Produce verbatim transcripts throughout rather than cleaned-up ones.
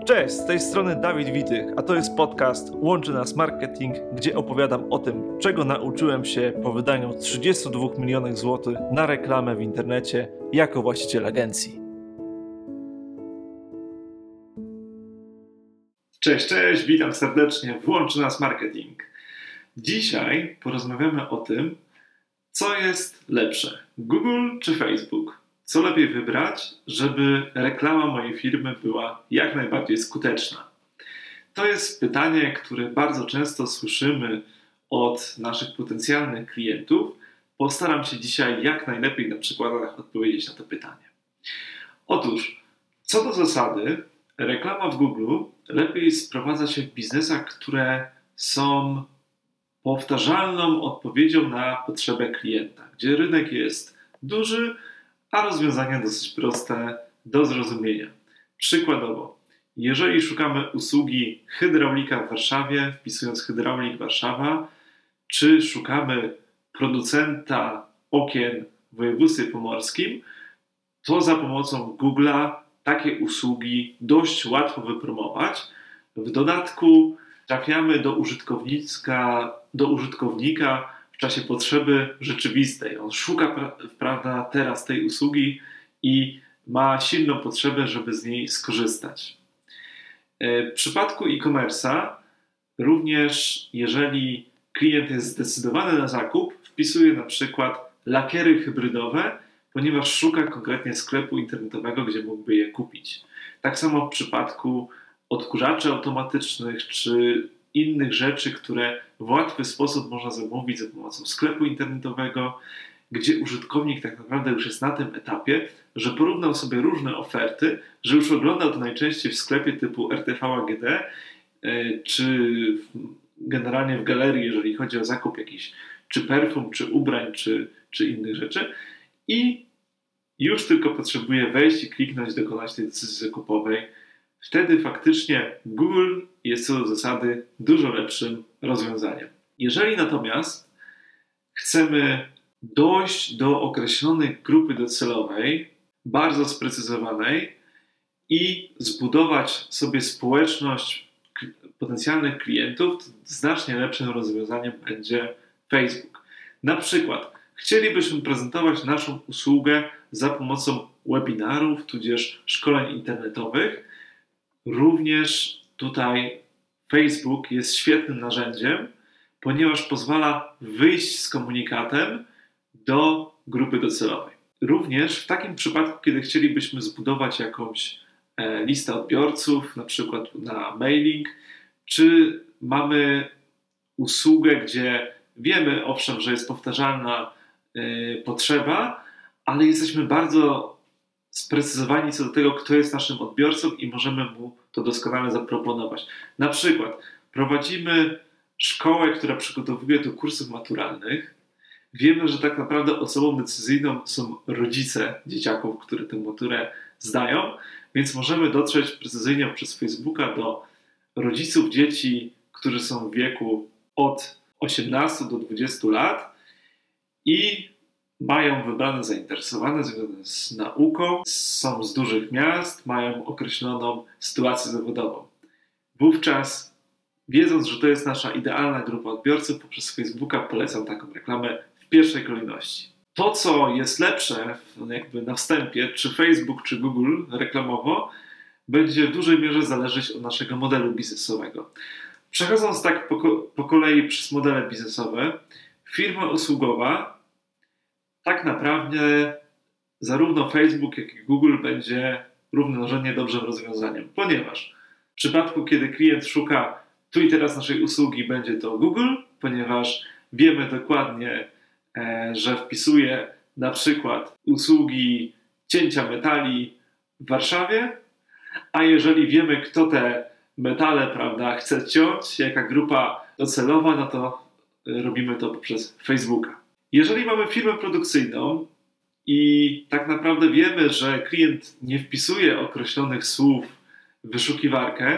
Cześć, z tej strony Dawid Witych, a to jest podcast Łączy Nas Marketing, gdzie opowiadam o tym, czego nauczyłem się po wydaniu trzydziestu dwóch milionów złotych na reklamę w internecie jako właściciel agencji. Cześć, cześć, witam serdecznie w Łączy Nas Marketing. Dzisiaj porozmawiamy o tym, co jest lepsze, Google czy Facebook. Co lepiej wybrać, żeby reklama mojej firmy była jak najbardziej skuteczna? To jest pytanie, które bardzo często słyszymy od naszych potencjalnych klientów. Postaram się dzisiaj jak najlepiej na przykładach odpowiedzieć na to pytanie. Otóż, co do zasady, reklama w Google lepiej sprowadza się w biznesach, które są powtarzalną odpowiedzią na potrzebę klienta, gdzie rynek jest duży, a rozwiązania dosyć proste do zrozumienia. Przykładowo, jeżeli szukamy usługi hydraulika w Warszawie, wpisując hydraulik Warszawa, czy szukamy producenta okien w województwie pomorskim, to za pomocą Google'a takie usługi dość łatwo wypromować. W dodatku trafiamy do użytkownika, do użytkownika w czasie potrzeby rzeczywistej. On szuka, prawda, teraz tej usługi i ma silną potrzebę, żeby z niej skorzystać. W przypadku e-commerce'a również, jeżeli klient jest zdecydowany na zakup, wpisuje na przykład lakiery hybrydowe, ponieważ szuka konkretnie sklepu internetowego, gdzie mógłby je kupić. Tak samo w przypadku odkurzaczy automatycznych czy innych rzeczy, które w łatwy sposób można zamówić za pomocą sklepu internetowego, gdzie użytkownik tak naprawdę już jest na tym etapie, że porównał sobie różne oferty, że już oglądał to najczęściej w sklepie typu R T V A G D, czy generalnie w galerii, jeżeli chodzi o zakup jakichś czy perfum, czy ubrań, czy, czy innych rzeczy i już tylko potrzebuje wejść i kliknąć, dokonać tej decyzji zakupowej. Wtedy faktycznie Google jest co do zasady dużo lepszym rozwiązaniem. Jeżeli natomiast chcemy dojść do określonej grupy docelowej, bardzo sprecyzowanej i zbudować sobie społeczność potencjalnych klientów, to znacznie lepszym rozwiązaniem będzie Facebook. Na przykład chcielibyśmy prezentować naszą usługę za pomocą webinarów, tudzież szkoleń internetowych. Również tutaj Facebook jest świetnym narzędziem, ponieważ pozwala wyjść z komunikatem do grupy docelowej. Również w takim przypadku, kiedy chcielibyśmy zbudować jakąś e, listę odbiorców, na przykład na mailing, czy mamy usługę, gdzie wiemy owszem, że jest powtarzalna e, potrzeba, ale jesteśmy bardzo sprecyzowani co do tego, kto jest naszym odbiorcą i możemy mu to doskonale zaproponować. Na przykład prowadzimy szkołę, która przygotowuje do kursów maturalnych. Wiemy, że tak naprawdę osobą decyzyjną są rodzice dzieciaków, które tę maturę zdają, więc możemy dotrzeć precyzyjnie przez Facebooka do rodziców dzieci, którzy są w wieku od osiemnastu do dwudziestu lat i mają wybrane zainteresowane związane z nauką, są z dużych miast, mają określoną sytuację zawodową. Wówczas, wiedząc, że to jest nasza idealna grupa odbiorców, poprzez Facebooka polecam taką reklamę w pierwszej kolejności. To, co jest lepsze jakby na wstępie, czy Facebook, czy Google reklamowo, będzie w dużej mierze zależeć od naszego modelu biznesowego. Przechodząc tak po, po kolei przez modele biznesowe, firma usługowa tak naprawdę zarówno Facebook, jak i Google będzie równorzędnie dobrym rozwiązaniem, ponieważ w przypadku, kiedy klient szuka tu i teraz naszej usługi, będzie to Google, ponieważ wiemy dokładnie, że wpisuje na przykład usługi cięcia metali w Warszawie, a jeżeli wiemy, kto te metale, prawda, chce ciąć, jaka grupa docelowa, no to robimy to poprzez Facebooka. Jeżeli mamy firmę produkcyjną i tak naprawdę wiemy, że klient nie wpisuje określonych słów w wyszukiwarkę,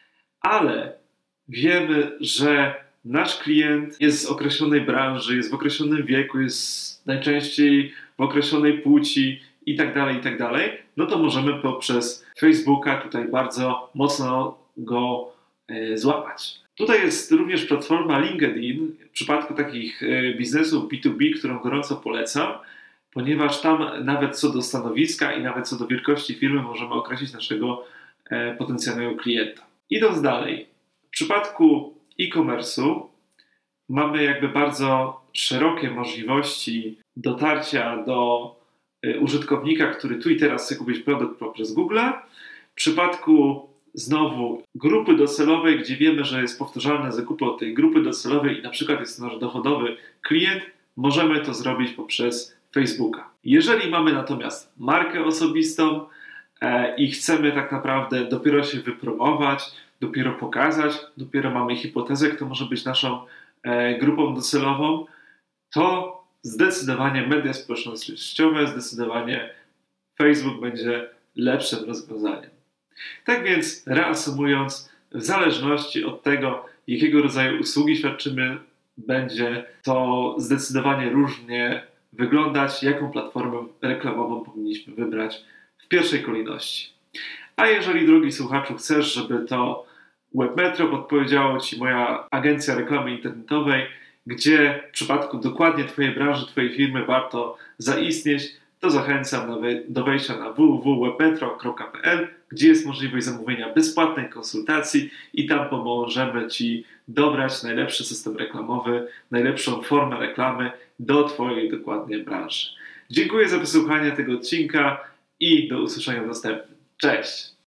ale wiemy, że nasz klient jest z określonej branży, jest w określonym wieku, jest najczęściej w określonej płci i tak dalej, i tak dalej, no to możemy poprzez Facebooka tutaj bardzo mocno go e, złapać. Tutaj jest również platforma LinkedIn w przypadku takich e, biznesów B dwa B, którą gorąco polecam, ponieważ tam nawet co do stanowiska i nawet co do wielkości firmy możemy określić naszego e, potencjalnego klienta. Idąc dalej, w przypadku e-commerce'u mamy jakby bardzo szerokie możliwości dotarcia do y, użytkownika, który tu i teraz chce kupić produkt poprzez Google. W przypadku znowu grupy docelowej, gdzie wiemy, że jest powtarzalne zakupy od tej grupy docelowej i na przykład jest nasz dochodowy klient, możemy to zrobić poprzez Facebooka. Jeżeli mamy natomiast markę osobistą e, i chcemy tak naprawdę dopiero się wypromować, dopiero pokazać, dopiero mamy hipotezę, kto może być naszą e, grupą docelową, to zdecydowanie media społecznościowe, zdecydowanie Facebook będzie lepszym rozwiązaniem. Tak więc reasumując, w zależności od tego, jakiego rodzaju usługi świadczymy, będzie to zdecydowanie różnie wyglądać, jaką platformę reklamową powinniśmy wybrać w pierwszej kolejności. A jeżeli, drogi słuchaczu, chcesz, żeby to Webmetro podpowiedziało Ci, moja agencja reklamy internetowej, gdzie w przypadku dokładnie Twojej branży, Twojej firmy warto zaistnieć, to zachęcam do wejścia na w w w kropka webmetro kropka p l, gdzie jest możliwość zamówienia bezpłatnej konsultacji i tam pomożemy Ci dobrać najlepszy system reklamowy, najlepszą formę reklamy do Twojej dokładnie branży. Dziękuję za wysłuchanie tego odcinka i do usłyszenia w następnym. Cześć!